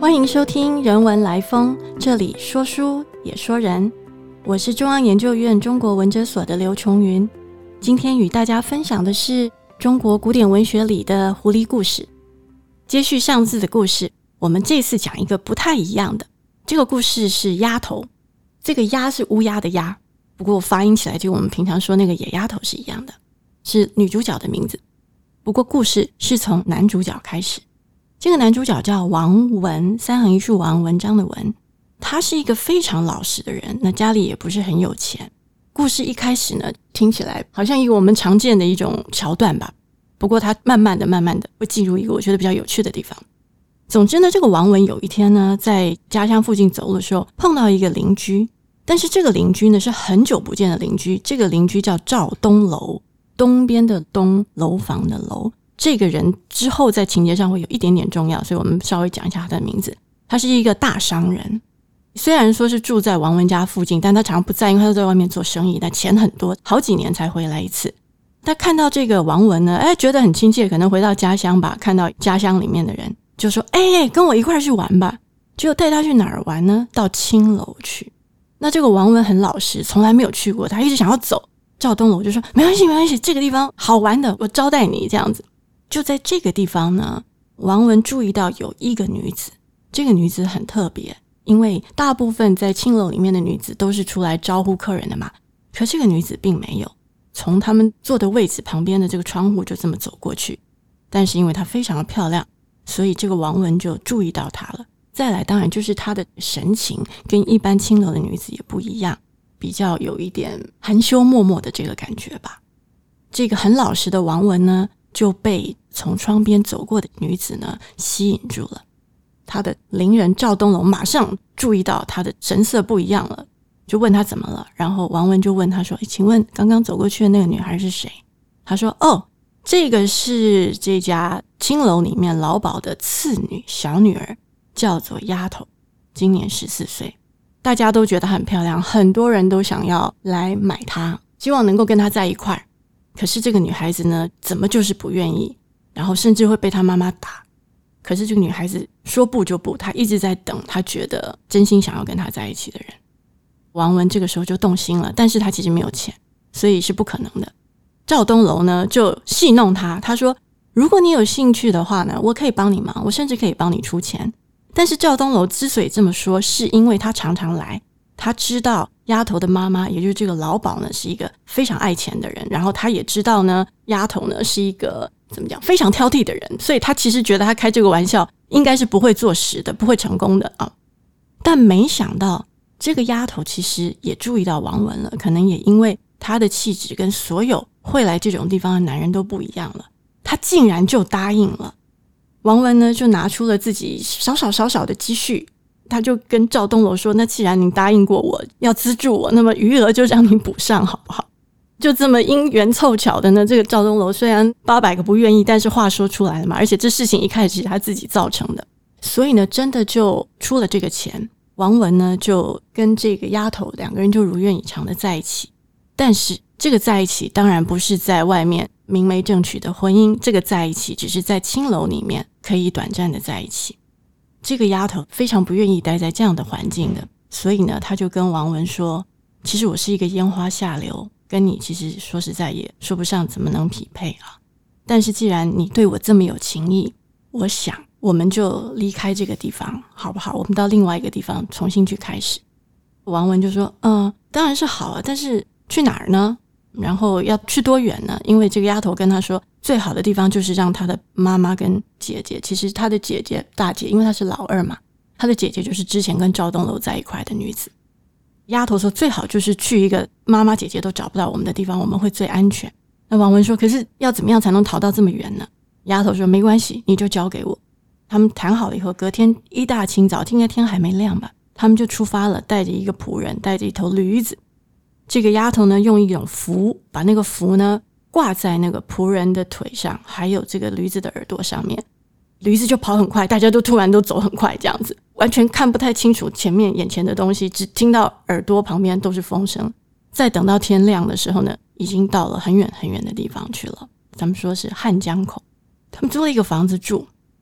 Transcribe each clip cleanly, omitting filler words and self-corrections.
欢迎收听人文来风，这里说书也说人。我是中央研究院中国文哲所的刘琼云，今天与大家分享的是中国古典文学里的狐狸故事。接续上次的故事，我们这次讲一个不太一样的。这个故事是鸭头，这个鸭是乌鸦的鸭，不过发音起来就我们平常说那个野鸭头是一样的，是女主角的名字。不过故事是从男主角开始。这个男主角叫王文，三横一竖王，文章的文。他是一个非常老实的人，那家里也不是很有钱。故事一开始呢，听起来好像一个我们常见的一种桥段吧。不过他慢慢的会进入一个我觉得比较有趣的地方。总之呢，这个王文有一天呢，在家乡附近走路的时候碰到一个邻居，但是这个邻居呢是很久不见的邻居。这个邻居叫赵东楼，东边的东，楼房的楼。这个人之后在情节上会有一点点重要，所以我们稍微讲一下他的名字。他是一个大商人，虽然说是住在王文家附近，但他常常不在，因为他都在外面做生意，那钱很多，好几年才回来一次。他看到这个王文呢，觉得很亲切，可能回到家乡吧，看到家乡里面的人就说跟我一块去玩吧。结果带他去哪儿玩呢？到青楼去。那这个王文很老实，从来没有去过，他一直想要走。赵东楼就说没关系，这个地方好玩的，我招待你这样子。就在这个地方呢，王文注意到有一个女子，这个女子很特别，因为大部分在青楼里面的女子都是出来招呼客人的嘛，可这个女子并没有，从他们坐的位置旁边的这个窗户就这么走过去。但是因为她非常的漂亮，所以这个王文就注意到她了。再来当然就是她的神情跟一般青楼的女子也不一样，比较有一点含羞脉脉的这个感觉吧。这个很老实的王文呢，就被从窗边走过的女子呢吸引住了。他的邻人赵东楼马上注意到他的神色不一样了，就问他怎么了。然后王文就问他说请问刚刚走过去的那个女孩是谁？他说这个是这家青楼里面老鸨的次女，小女儿，叫做丫头，今年14岁。大家都觉得很漂亮，很多人都想要来买她，希望能够跟她在一块。可是这个女孩子呢，怎么就是不愿意，然后甚至会被她妈妈打。可是这个女孩子说不就不，她一直在等她觉得真心想要跟她在一起的人。王文这个时候就动心了，但是他其实没有钱，所以是不可能的。赵东楼呢就戏弄他，他说如果你有兴趣的话呢，我可以帮你忙，我甚至可以帮你出钱。但是赵东楼之所以这么说，是因为他常常来，他知道丫头的妈妈也就是这个老鸨呢是一个非常爱钱的人，然后他也知道呢丫头呢是一个怎么讲非常挑剔的人，所以他其实觉得他开这个玩笑应该是不会坐实的，不会成功的啊。但没想到这个丫头其实也注意到王文了，可能也因为她的气质跟所有会来这种地方的男人都不一样了，她竟然就答应了。王文呢就拿出了自己少少的积蓄，他就跟赵东楼说，那既然你答应过我要资助我，那么余额就让你补上好不好？就这么因缘凑巧的呢，这个赵东楼虽然800个不愿意，但是话说出来了嘛，而且这事情一开始是他自己造成的，所以呢真的就出了这个钱。王文呢就跟这个丫头两个人就如愿以偿的在一起。但是这个在一起当然不是在外面明媒正娶的婚姻，这个在一起只是在青楼里面可以短暂的在一起。这个丫头非常不愿意待在这样的环境的，所以呢她就跟王文说，其实我是一个烟花下流，跟你其实说实在也说不上怎么能匹配啊。但是既然你对我这么有情意，我想我们就离开这个地方好不好？我们到另外一个地方重新去开始。王文就说当然是好啊，但是去哪儿呢？然后要去多远呢？因为这个丫头跟他说最好的地方就是让他的妈妈跟姐姐，其实他的姐姐大姐因为他是老二嘛，他的姐姐就是之前跟赵东楼在一块的女子。丫头说最好就是去一个妈妈姐姐都找不到我们的地方，我们会最安全。那王文说可是要怎么样才能逃到这么远呢？丫头说没关系，你就交给我。他们谈好了以后，隔天一大清早，应该天还没亮吧，他们就出发了，带着一个仆人，带着一头驴子。这个丫头呢用一种符把那个符呢挂在那个仆人的腿上，还有这个驴子的耳朵上面，驴子就跑很快，大家都突然都走很快，这样子完全看不太清楚前面眼前的东西，只听到耳朵旁边都是风声。再等到天亮的时候呢，已经到了很远很远的地方去了，他们说是汉江口。他们租了一个房子住，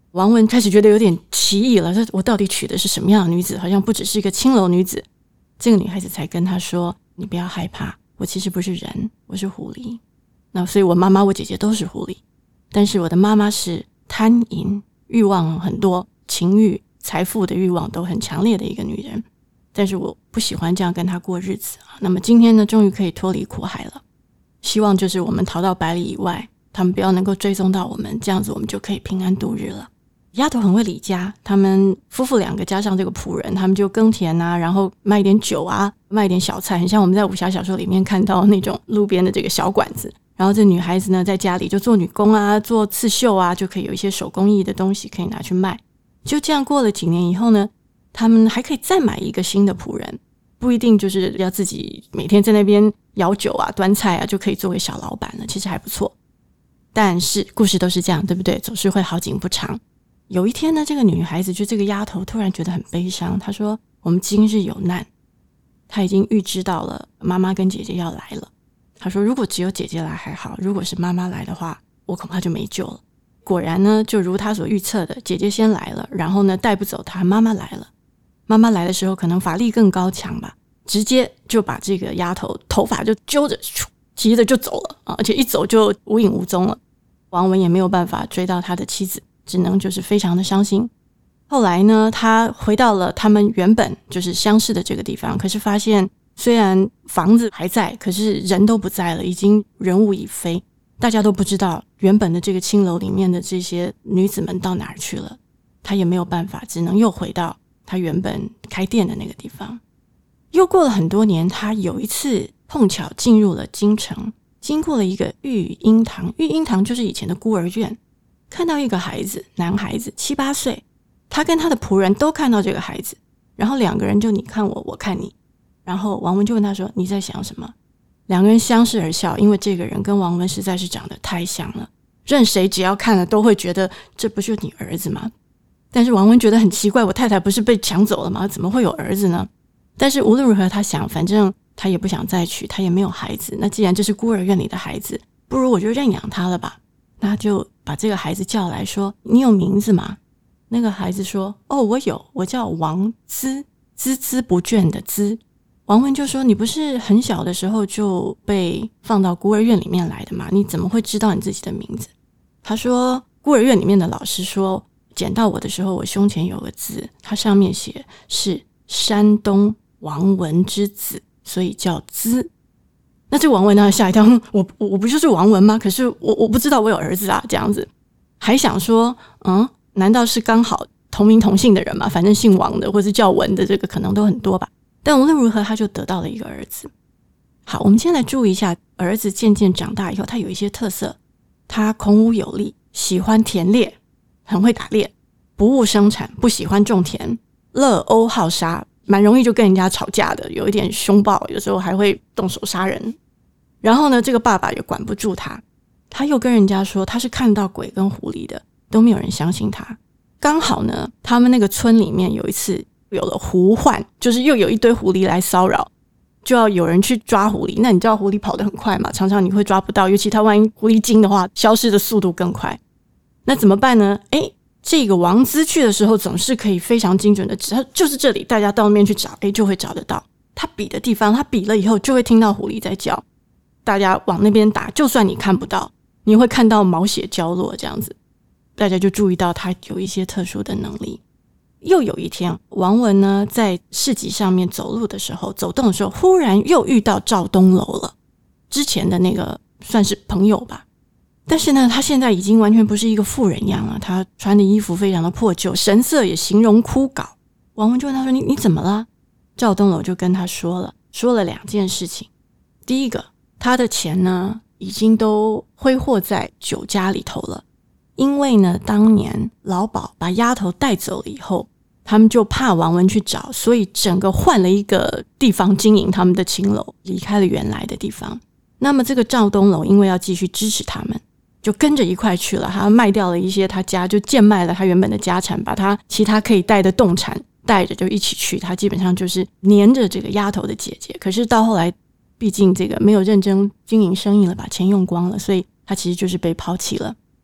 王文开始觉得有点奇异了，说我到底娶的是什么样的女子，好像不只是一个青楼女子。这个女孩子才跟他说，你不要害怕，我其实不是人，我是狐狸。那所以我妈妈我姐姐都是狐狸，但是我的妈妈是贪淫，欲望很多，情欲财富的欲望都很强烈的一个女人，但是我不喜欢这样跟她过日子。那么今天呢，终于可以脱离苦海了，希望就是我们逃到百里以外，他们不要能够追踪到我们，这样子我们就可以平安度日了。丫头很会理家，他们夫妇两个加上这个仆人，他们就耕田啊，然后卖一点酒啊，卖一点小菜，很像我们在武侠小说里面看到那种路边的这个小馆子。然后这女孩子呢，在家里就做女工啊，做刺绣啊，就可以有一些手工艺的东西可以拿去卖。就这样过了几年以后呢，他们还可以再买一个新的仆人，不一定就是要自己每天在那边舀酒啊端菜啊就可以作为小老板了，其实还不错。但是故事都是这样，对不对？总是会好景不长。有一天呢，这个女孩子就这个丫头突然觉得很悲伤，她说我们今日有难。她已经预知到了妈妈跟姐姐要来了，她说如果只有姐姐来还好，如果是妈妈来的话，我恐怕就没救了。果然呢，就如她所预测的，姐姐先来了，然后呢带不走她，妈妈来了。妈妈来的时候可能法力更高强吧，直接就把这个丫头头发就揪着急着就走了，而且一走就无影无踪了。王文也没有办法追到他的妻子，只能就是非常的伤心。后来呢，他回到了他们原本就是相识的这个地方，可是发现虽然房子还在，可是人都不在了，已经人物已非，大家都不知道原本的这个青楼里面的这些女子们到哪儿去了。他也没有办法，只能又回到他原本开店的那个地方。又过了很多年，他有一次碰巧进入了京城，经过了一个育婴堂，育婴堂就是以前的孤儿院，看到一个孩子，男孩子7、8岁，他跟他的仆人都看到这个孩子，然后两个人就你看我，我看你，然后王文就问他说你在想什么？两个人相视而笑，因为这个人跟王文实在是长得太像了，任谁只要看了都会觉得这不就是你儿子吗？但是王文觉得很奇怪，我太太不是被抢走了吗？怎么会有儿子呢？但是无论如何他想，反正他也不想再娶，他也没有孩子，那既然这是孤儿院里的孩子，不如我就认养他了吧。那就把这个孩子叫来说，你有名字吗？那个孩子说，哦，我有，我叫王孜，孜孜不倦的孜。王文就说，你不是很小的时候就被放到孤儿院里面来的吗？你怎么会知道你自己的名字？他说，孤儿院里面的老师说，捡到我的时候，我胸前有个字，它上面写是山东王文之子，所以叫孜。那这个王文呢，吓一跳，我不就是王文吗？可是我不知道我有儿子啊，这样子还想说，难道是刚好同名同姓的人吗？反正姓王的或是叫文的这个可能都很多吧。但无论如何，他就得到了一个儿子。好，我们先来注意一下，儿子渐渐长大以后，他有一些特色，他孔武有力，喜欢田猎，很会打猎，不务生产，不喜欢种田，乐殴好杀，蛮容易就跟人家吵架的，有一点凶暴，有时候还会动手杀人。然后呢，这个爸爸也管不住他，他又跟人家说他是看到鬼跟狐狸的，都没有人相信他。刚好呢，他们那个村里面有一次有了狐患，就是又有一堆狐狸来骚扰，就要有人去抓狐狸。那你知道狐狸跑得很快嘛，常常你会抓不到，尤其他万一狐狸精的话，消失的速度更快。那怎么办呢？这个王孜去的时候总是可以非常精准的指，他就是这里，大家到那边去找，就会找得到。他比的地方，他比了以后就会听到狐狸在叫，大家往那边打，就算你看不到，你会看到毛血交落这样子，大家就注意到他有一些特殊的能力。又有一天，王文呢在市集上面走路的时候，走动的时候，忽然又遇到赵东楼了，之前的那个算是朋友吧。但是呢，他现在已经完全不是一个妇人样了，他穿的衣服非常的破旧，神色也形容枯槁。王文就问他说，你怎么了？赵东楼就跟他说了2件事情。第一个，他的钱呢已经都挥霍在酒家里头了，因为呢当年老鸨把丫头带走了以后，他们就怕王文去找，所以整个换了一个地方经营他们的青楼，离开了原来的地方。那么这个赵东楼因为要继续支持他们，就跟着一块去了，他卖掉了一些他家，就贱卖了他原本的家产，把他其他可以带的动产带着就一起去，他基本上就是黏着这个丫头的姐姐。可是到后来毕竟这个没有认真经营生意了，把钱用光了，所以他其实就是被抛弃了。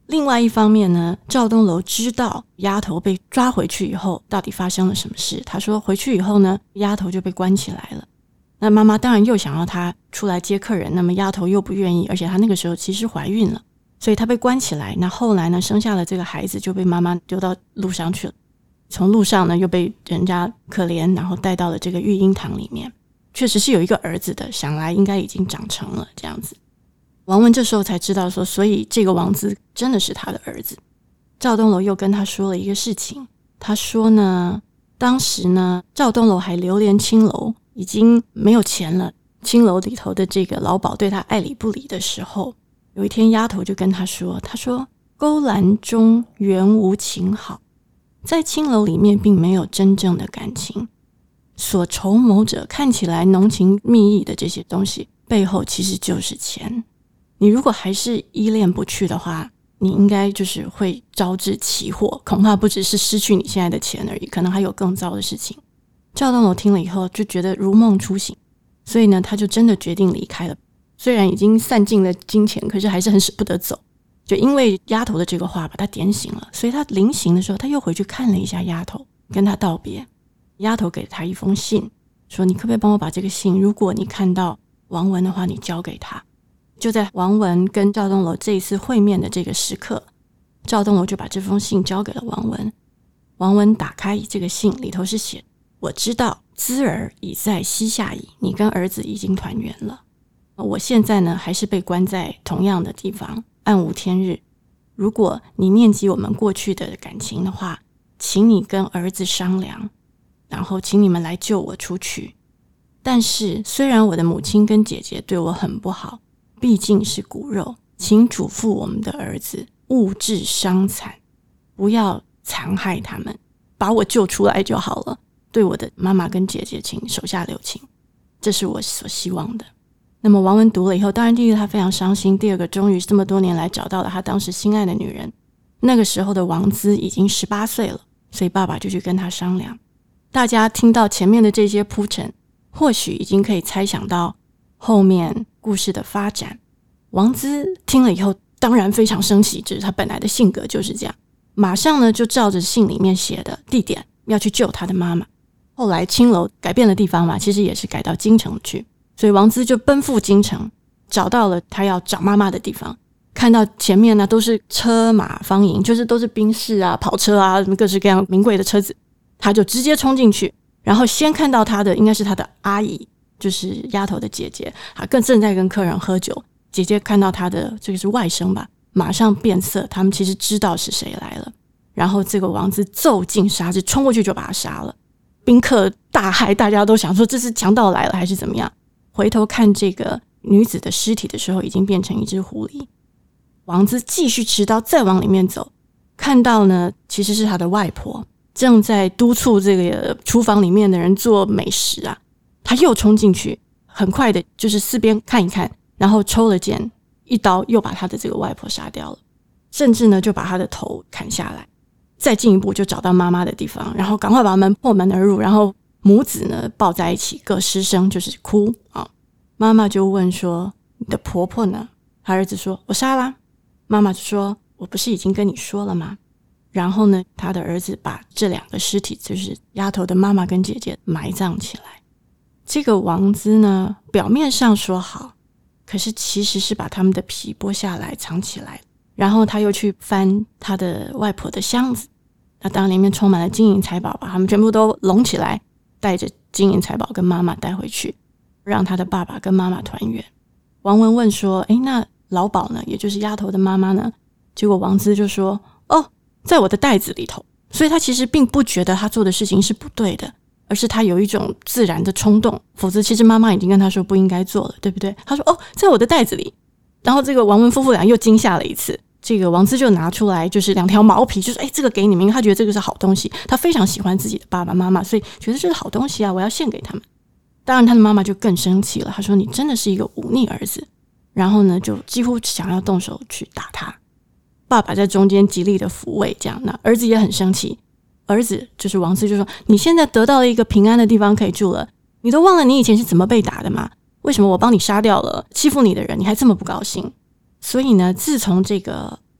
另外一方面呢，赵东楼知道丫头被抓回去以后到底发生了什么事。他说回去以后呢，丫头就被关起来了。那妈妈当然又想要她出来接客人，那么丫头又不愿意，而且她那个时候其实怀孕了，所以她被关起来。那后来呢，生下了这个孩子就被妈妈丢到路上去了，从路上呢又被人家可怜，然后带到了这个育婴堂里面。确实是有一个儿子的，想来应该已经长成了这样子。王文这时候才知道说，所以这个王资真的是他的儿子。赵东楼又跟他说了一个事情，他说呢，当时呢赵东楼还流连青楼，已经没有钱了，青楼里头的这个老鸨对他爱理不理的时候，有一天丫头就跟他说，他说勾栏中原无情好，在青楼里面并没有真正的感情，所筹谋者看起来浓情蜜意的这些东西背后其实就是钱。你如果还是依恋不去的话，你应该就是会招致其祸，恐怕不只是失去你现在的钱而已，可能还有更糟的事情。赵东楼听了以后就觉得如梦初醒，所以呢他就真的决定离开了。虽然已经散尽了金钱，可是还是很舍不得走，就因为丫头的这个话把他点醒了，所以他临行的时候他又回去看了一下丫头，跟他道别。丫头给他一封信，说你可不可以帮我把这个信，如果你看到王文的话你交给他。就在王文跟赵东楼这一次会面的这个时刻，赵东楼就把这封信交给了王文。王文打开这个信，里头是写，我知道资儿已在西夏矣，你跟儿子已经团圆了。我现在呢还是被关在同样的地方，暗无天日。如果你念及我们过去的感情的话，请你跟儿子商量，然后请你们来救我出去。但是虽然我的母亲跟姐姐对我很不好，毕竟是骨肉，请嘱咐我们的儿子勿致伤残，不要残害他们，把我救出来就好了。对我的妈妈跟姐姐请手下留情，这是我所希望的。那么王文读了以后，当然第一个他非常伤心，第二个终于这么多年来找到了他当时心爱的女人。那个时候的王资已经18岁了，所以爸爸就去跟他商量。大家听到前面的这些铺陈，或许已经可以猜想到后面故事的发展。王资听了以后当然非常生气，这是他本来的性格就是这样，马上呢就照着信里面写的地点要去救他的妈妈。后来青楼改变了地方嘛，其实也是改到京城去，所以王资就奔赴京城，找到了他要找妈妈的地方。看到前面呢都是车马方营，就是都是宾士啊跑车啊什么各式各样名贵的车子，他就直接冲进去，然后先看到他的应该是他的阿姨，就是丫头的姐姐，更正在跟客人喝酒。姐姐看到他的这个是外甥吧，马上变色，他们其实知道是谁来了。然后这个王资骤尽杀之，冲过去就把他杀了。宾客大骇，大家都想说这是强盗来了还是怎么样。回头看这个女子的尸体的时候，已经变成一只狐狸。王资继续持刀再往里面走，看到呢其实是他的外婆正在督促这个厨房里面的人做美食啊。他又冲进去，很快的就是四边看一看，然后抽了剑，一刀又把他的这个外婆杀掉了，甚至呢就把他的头砍下来。再进一步就找到妈妈的地方，然后赶快把门破门而入，然后母子呢抱在一起各失声，就是哭啊。妈妈就问说你的婆婆呢？他儿子说我杀啦。妈妈就说我不是已经跟你说了吗？然后呢他的儿子把这两个尸体，就是丫头的妈妈跟姐姐埋葬起来。这个王资呢表面上说好，可是其实是把他们的皮剥下来藏起来，然后他又去翻他的外婆的箱子，那当然里面充满了金银财宝，把他们全部都拢起来，带着金银财宝跟妈妈带回去，让他的爸爸跟妈妈团圆。王文问说那老鸨呢，也就是丫头的妈妈呢？结果王资就说在我的袋子里头。所以他其实并不觉得他做的事情是不对的，而是他有一种自然的冲动，否则其实妈妈已经跟他说不应该做了，对不对？他说在我的袋子里。然后这个王文夫妇俩又惊吓了一次，这个王资就拿出来就是2条毛皮，就说这个给你们，因为他觉得这个是好东西，他非常喜欢自己的爸爸妈妈，所以觉得这是好东西啊，我要献给他们。当然他的妈妈就更生气了，他说你真的是一个忤逆儿子，然后呢就几乎想要动手去打他。爸爸在中间极力的抚慰，这样，那儿子也很生气。儿子就是王资就说你现在得到了一个平安的地方可以住了，你都忘了你以前是怎么被打的吗？为什么我帮你杀掉了欺负你的人你还这么不高兴？所以呢自从这个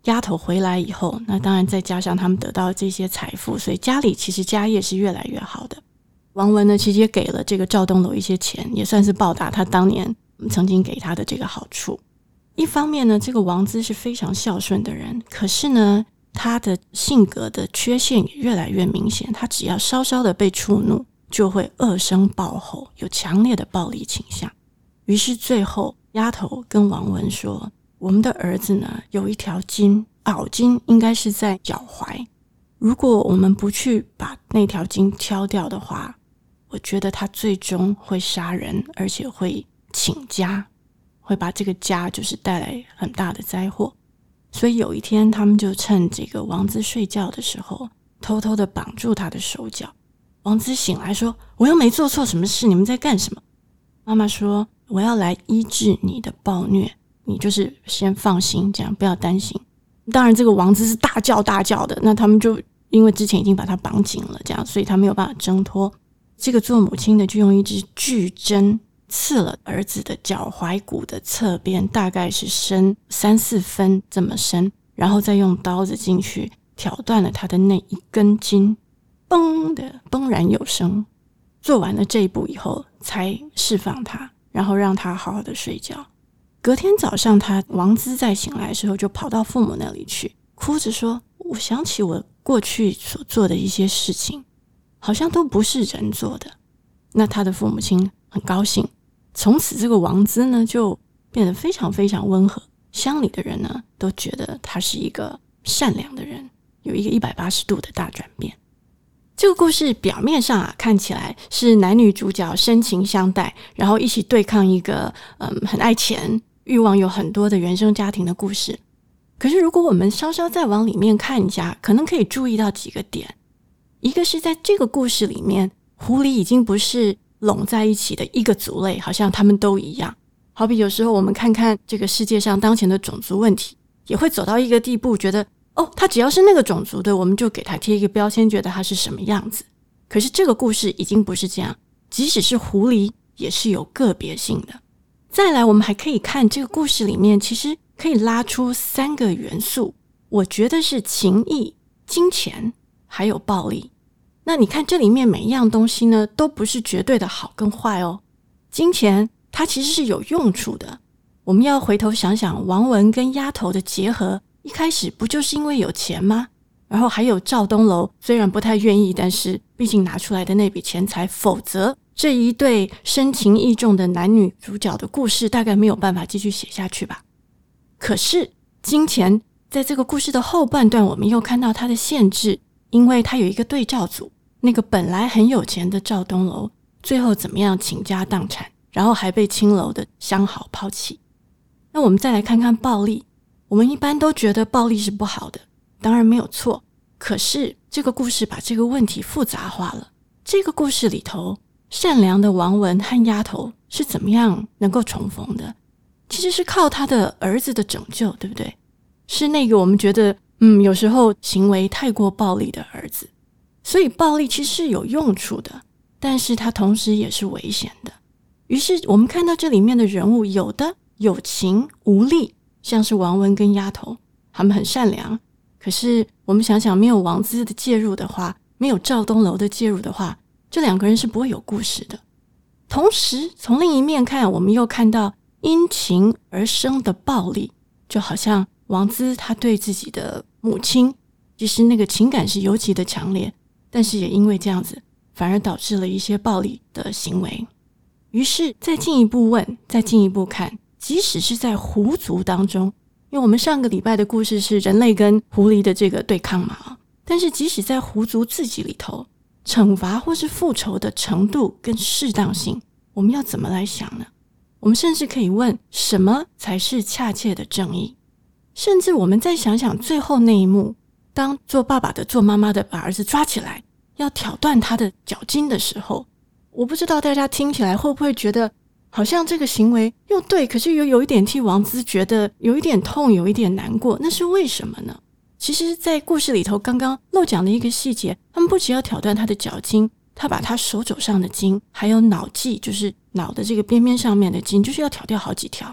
丫头回来以后，那当然再加上他们得到这些财富，所以家里其实家业是越来越好的。王文呢，其实也给了这个赵东楼一些钱，也算是报答他当年曾经给他的这个好处。一方面呢，这个王资是非常孝顺的人，可是呢，他的性格的缺陷也越来越明显，他只要稍稍的被触怒，就会恶声暴吼，有强烈的暴力倾向。于是最后丫头跟王文说，我们的儿子呢，有一条筋，袄筋应该是在脚踝，如果我们不去把那条筋挑掉的话，我觉得他最终会杀人，而且会倾家，会把这个家就是带来很大的灾祸。所以有一天他们就趁这个王资睡觉的时候，偷偷的绑住他的手脚。王资醒来说，我又没做错什么事，你们在干什么？妈妈说，我要来医治你的暴虐，你就是先放心，这样不要担心。当然这个王资是大叫大叫的，那他们就因为之前已经把他绑紧了，这样所以他没有办法挣脱。这个做母亲的就用一支巨针刺了儿子的脚踝骨的侧边，大概是深3-4分这么深，然后再用刀子进去挑断了他的那一根筋，嘣的嘣然有声。做完了这一步以后才释放他，然后让他好好的睡觉。隔天早上王资在醒来的时候就跑到父母那里去，哭着说，我想起我过去所做的一些事情，好像都不是人做的。那他的父母亲很高兴，从此这个王资呢就变得非常非常温和，乡里的人呢都觉得他是一个善良的人，有一个180度的大转变。这个故事表面上看起来是男女主角深情相待，然后一起对抗一个很爱钱、欲望有很多的原生家庭的故事。可是如果我们稍稍再往里面看一下，可能可以注意到几个点。一个是在这个故事里面，狐狸已经不是拢在一起的一个族类，好像他们都一样。好比有时候我们看看这个世界上当前的种族问题，也会走到一个地步，觉得他只要是那个种族的，我们就给他贴一个标签，觉得他是什么样子。可是这个故事已经不是这样，即使是狐狸也是有个别性的。再来我们还可以看这个故事里面，其实可以拉出3个元素，我觉得是情义、金钱还有暴力。那你看这里面每一样东西呢，都不是绝对的好跟坏哦。金钱它其实是有用处的，我们要回头想想王文跟丫头的结合，一开始不就是因为有钱吗？然后还有赵东楼虽然不太愿意，但是毕竟拿出来的那笔钱财，否则这一对深情意重的男女主角的故事大概没有办法继续写下去吧。可是金钱在这个故事的后半段，我们又看到它的限制，因为它有一个对照组，那个本来很有钱的赵东楼最后怎么样倾家荡产，然后还被青楼的相好抛弃。那我们再来看看暴力，我们一般都觉得暴力是不好的，当然没有错，可是这个故事把这个问题复杂化了。这个故事里头，善良的王文和丫头是怎么样能够重逢的？其实是靠他的儿子的拯救，对不对？是那个我们觉得有时候行为太过暴力的儿子。所以暴力其实是有用处的，但是它同时也是危险的。于是我们看到这里面的人物，有的有情无力，像是王文跟丫头，他们很善良，可是我们想想，没有王资的介入的话，没有赵东楼的介入的话，这2个人是不会有故事的。同时从另一面看，我们又看到因情而生的暴力，就好像王资他对自己的母亲，其实那个情感是尤其的强烈，但是也因为这样子，反而导致了一些暴力的行为。于是再进一步问，再进一步看，即使是在狐族当中，因为我们上个礼拜的故事是人类跟狐狸的这个对抗嘛，但是即使在狐族自己里头，惩罚或是复仇的程度跟适当性，我们要怎么来想呢？我们甚至可以问，什么才是恰切的正义？甚至我们再想想最后那一幕，当做爸爸的做妈妈的把儿子抓起来要挑断他的脚筋的时候，我不知道大家听起来会不会觉得好像这个行为又对，可是又有一点替王资觉得有一点痛，有一点难过，那是为什么呢？其实在故事里头刚刚漏讲的一个细节，他们不只要挑断他的脚筋，他把他手肘上的筋还有脑际，就是脑的这个边边上面的筋，就是要挑掉好几条。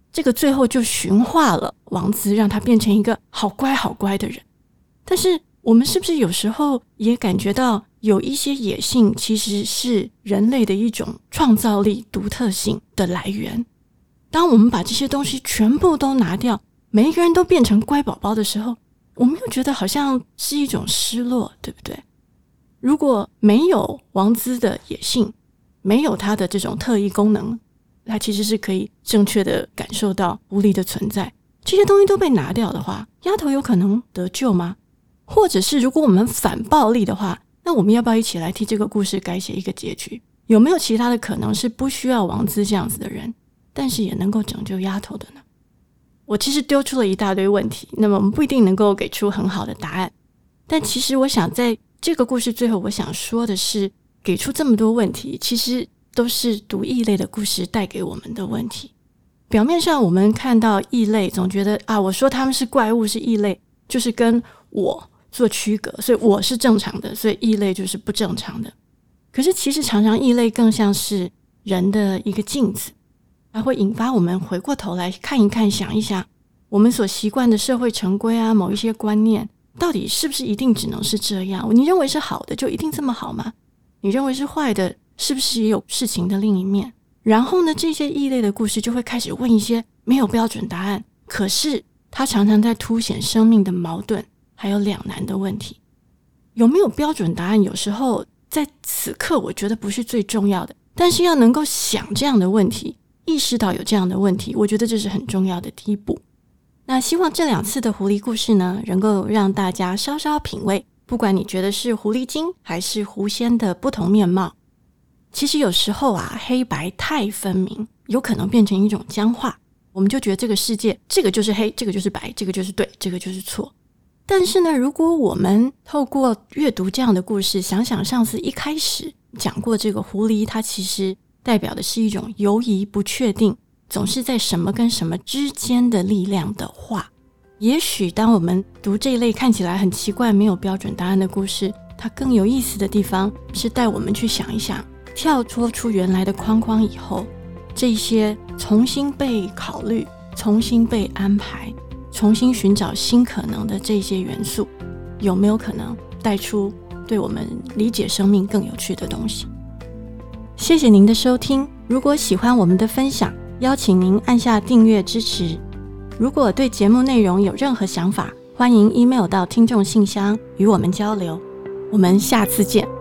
这个最后就驯化了王子，让他变成一个好乖好乖的人。但是我们是不是有时候也感觉到有一些野性其实是人类的一种创造力独特性的来源？当我们把这些东西全部都拿掉，每一个人都变成乖宝宝的时候，我们又觉得好像是一种失落，对不对？如果没有王兹的野性，没有他的这种特异功能，他其实是可以正确的感受到狐狸的存在，这些东西都被拿掉的话，丫头有可能得救吗？或者是如果我们反暴力的话，那我们要不要一起来替这个故事改写一个结局？有没有其他的可能是不需要王兹这样子的人，但是也能够拯救丫头的呢？我其实丢出了一大堆问题，那么我们不一定能够给出很好的答案，但其实我想在这个故事最后我想说的是，给出这么多问题其实都是读异类的故事带给我们的问题。表面上我们看到异类总觉得我说他们是怪物是异类，就是跟我做区隔，所以我是正常的，所以异类就是不正常的。可是其实常常异类更像是人的一个镜子，它会引发我们回过头来看一看，想一想我们所习惯的社会成规某一些观念到底是不是一定只能是这样？你认为是好的就一定这么好吗？你认为是坏的是不是也有事情的另一面？然后呢，这些异类的故事就会开始问一些没有标准答案，可是它常常在凸显生命的矛盾还有两难的问题。有没有标准答案有时候在此刻我觉得不是最重要的，但是要能够想这样的问题，意识到有这样的问题，我觉得这是很重要的第一步。那希望这2次的狐狸故事呢，能够让大家稍稍品味，不管你觉得是狐狸精还是狐仙的不同面貌。其实有时候黑白太分明，有可能变成一种僵化，我们就觉得这个世界这个就是黑，这个就是白，这个就是对，这个就是错。但是呢，如果我们透过阅读这样的故事，想想上次一开始讲过这个狐狸，它其实代表的是一种犹疑不确定，总是在什么跟什么之间的力量的话，也许当我们读这一类看起来很奇怪没有标准答案的故事，它更有意思的地方是带我们去想一想，跳脱出原来的框框以后，这些重新被考虑，重新被安排，重新寻找新可能的这些元素，有没有可能带出对我们理解生命更有趣的东西？谢谢您的收听，如果喜欢我们的分享，邀请您按下订阅支持。如果对节目内容有任何想法，欢迎 email 到听众信箱与我们交流。我们下次见。